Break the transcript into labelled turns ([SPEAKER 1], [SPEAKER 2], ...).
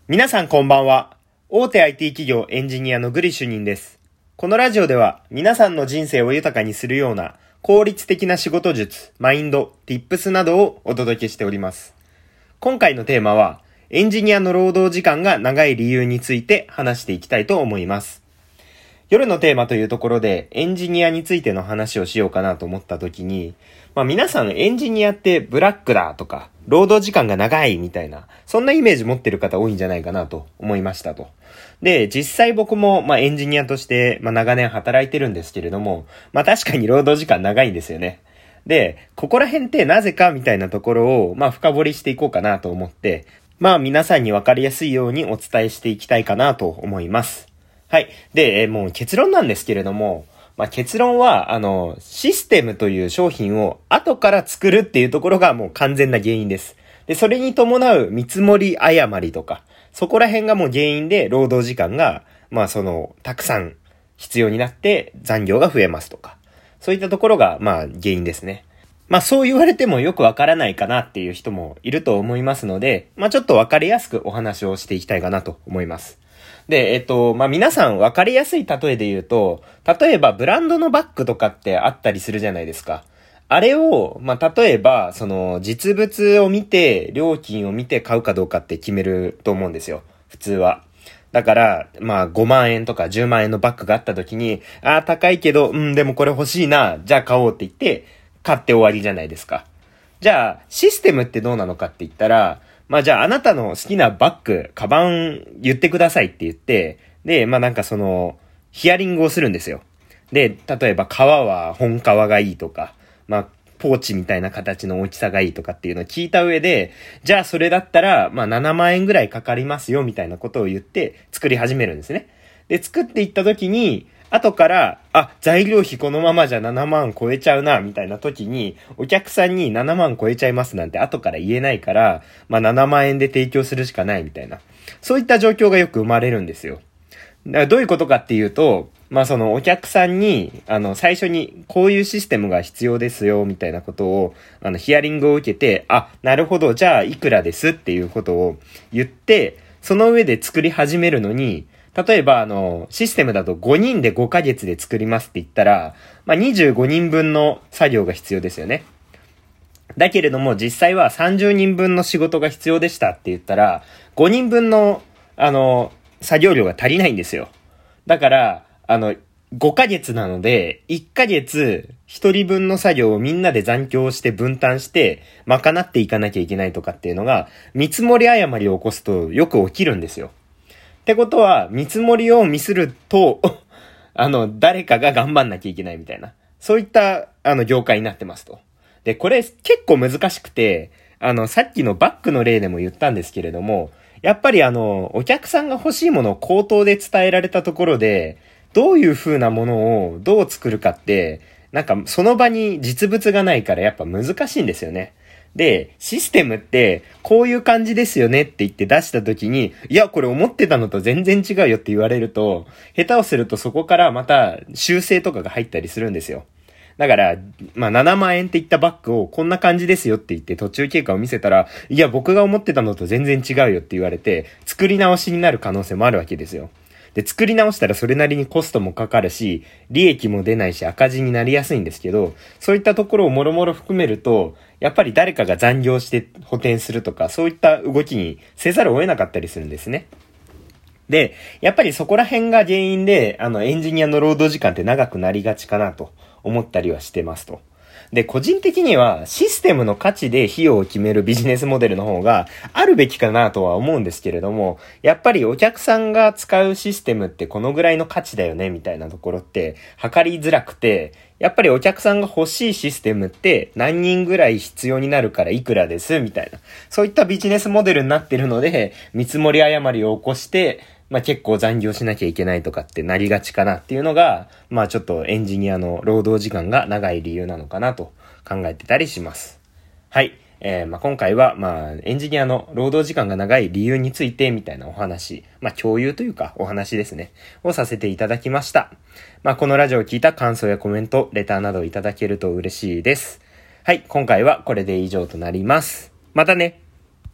[SPEAKER 1] 皆さんこんばんは。大手 IT 企業エンジニアのグリ主任です。このラジオでは皆さんの人生を豊かにするような効率的な仕事術、マインド、Tips などをお届けしております。今回のテーマはエンジニアの労働時間が長い理由について話していきたいと思います。夜のテーマというところでエンジニアについての話をしようかなと思った時に、皆さんエンジニアってブラックだとか労働時間が長いみたいなそんなイメージ持ってる方多いんじゃないかなと思いましたと。で、実際僕もエンジニアとして長年働いてるんですけれども、確かに労働時間長いんですよね。で、ここら辺ってなぜかみたいなところを深掘りしていこうかなと思って、皆さんにわかりやすいようにお伝えしていきたいかなと思います。はい。で、もう結論なんですけれども、結論は、システムという商品を後から作るっていうところがもう完全な原因です。で、それに伴う見積もり誤りとか、そこら辺がもう原因で労働時間が、たくさん必要になって残業が増えますとか、そういったところが、原因ですね。そう言われてもよくわからないかなっていう人もいると思いますので、ちょっとわかりやすくお話をしていきたいかなと思います。で、皆さん分かりやすい例えで言うと、例えばブランドのバッグとかってあったりするじゃないですか。あれを、例えば、実物を見て、料金を見て買うかどうかって決めると思うんですよ。普通は。だから、5万円とか10万円のバッグがあった時に、高いけど、でもこれ欲しいな、じゃあ買おうって言って、買って終わりじゃないですか。じゃあ、システムってどうなのかって言ったら、じゃああなたの好きなバッグ、カバン言ってくださいって言って、で、ヒアリングをするんですよ。で、例えば革は本革がいいとか、ポーチみたいな形の大きさがいいとかっていうのを聞いた上で、じゃあそれだったら、7万円ぐらいかかりますよみたいなことを言って作り始めるんですね。で、作っていった時に、後から、材料費このままじゃ7万超えちゃうな、みたいな時に、お客さんに7万超えちゃいますなんて後から言えないから、7万円で提供するしかないみたいな。そういった状況がよく生まれるんですよ。だからどういうことかっていうと、お客さんに、最初にこういうシステムが必要ですよ、みたいなことを、ヒアリングを受けて、なるほど、じゃあいくらですっていうことを言って、その上で作り始めるのに、例えばシステムだと5人で5ヶ月で作りますって言ったら、25人分の作業が必要ですよね。だけれども実際は30人分の仕事が必要でしたって言ったら、5人分の作業量が足りないんですよ。だから5ヶ月なので、1ヶ月1人分の作業をみんなで残業して分担して賄っていかなきゃいけないとかっていうのが、見積もり誤りを起こすとよく起きるんですよ。ってことは、見積もりをミスると、誰かが頑張んなきゃいけないみたいな。そういった、業界になってますと。で、これ結構難しくて、さっきのバッグの例でも言ったんですけれども、やっぱりお客さんが欲しいものを口頭で伝えられたところで、どういう風なものをどう作るかって、その場に実物がないからやっぱ難しいんですよね。で、システムってこういう感じですよねって言って出した時に、いやこれ思ってたのと全然違うよって言われると、下手をするとそこからまた修正とかが入ったりするんですよ。だから、7万円って言ったバッグをこんな感じですよって言って途中経過を見せたら、いや僕が思ってたのと全然違うよって言われて、作り直しになる可能性もあるわけですよ。で、作り直したらそれなりにコストもかかるし、利益も出ないし赤字になりやすいんですけど、そういったところをもろもろ含めると、やっぱり誰かが残業して補填するとか、そういった動きにせざるを得なかったりするんですね。で、やっぱりそこら辺が原因で、エンジニアの労働時間って長くなりがちかなと思ったりはしてますと。で、個人的にはシステムの価値で費用を決めるビジネスモデルの方があるべきかなとは思うんですけれども、やっぱりお客さんが使うシステムってこのぐらいの価値だよねみたいなところって測りづらくて、やっぱりお客さんが欲しいシステムって何人ぐらい必要になるからいくらですみたいな、そういったビジネスモデルになってるので、見積もり誤りを起こして結構残業しなきゃいけないとかってなりがちかなっていうのが、ちょっとエンジニアの労働時間が長い理由なのかなと考えてたりします。はい。今回は、エンジニアの労働時間が長い理由についてみたいなお話、共有というかお話ですね、をさせていただきました。このラジオを聞いた感想やコメント、レターなどいただけると嬉しいです。はい。今回はこれで以上となります。またね。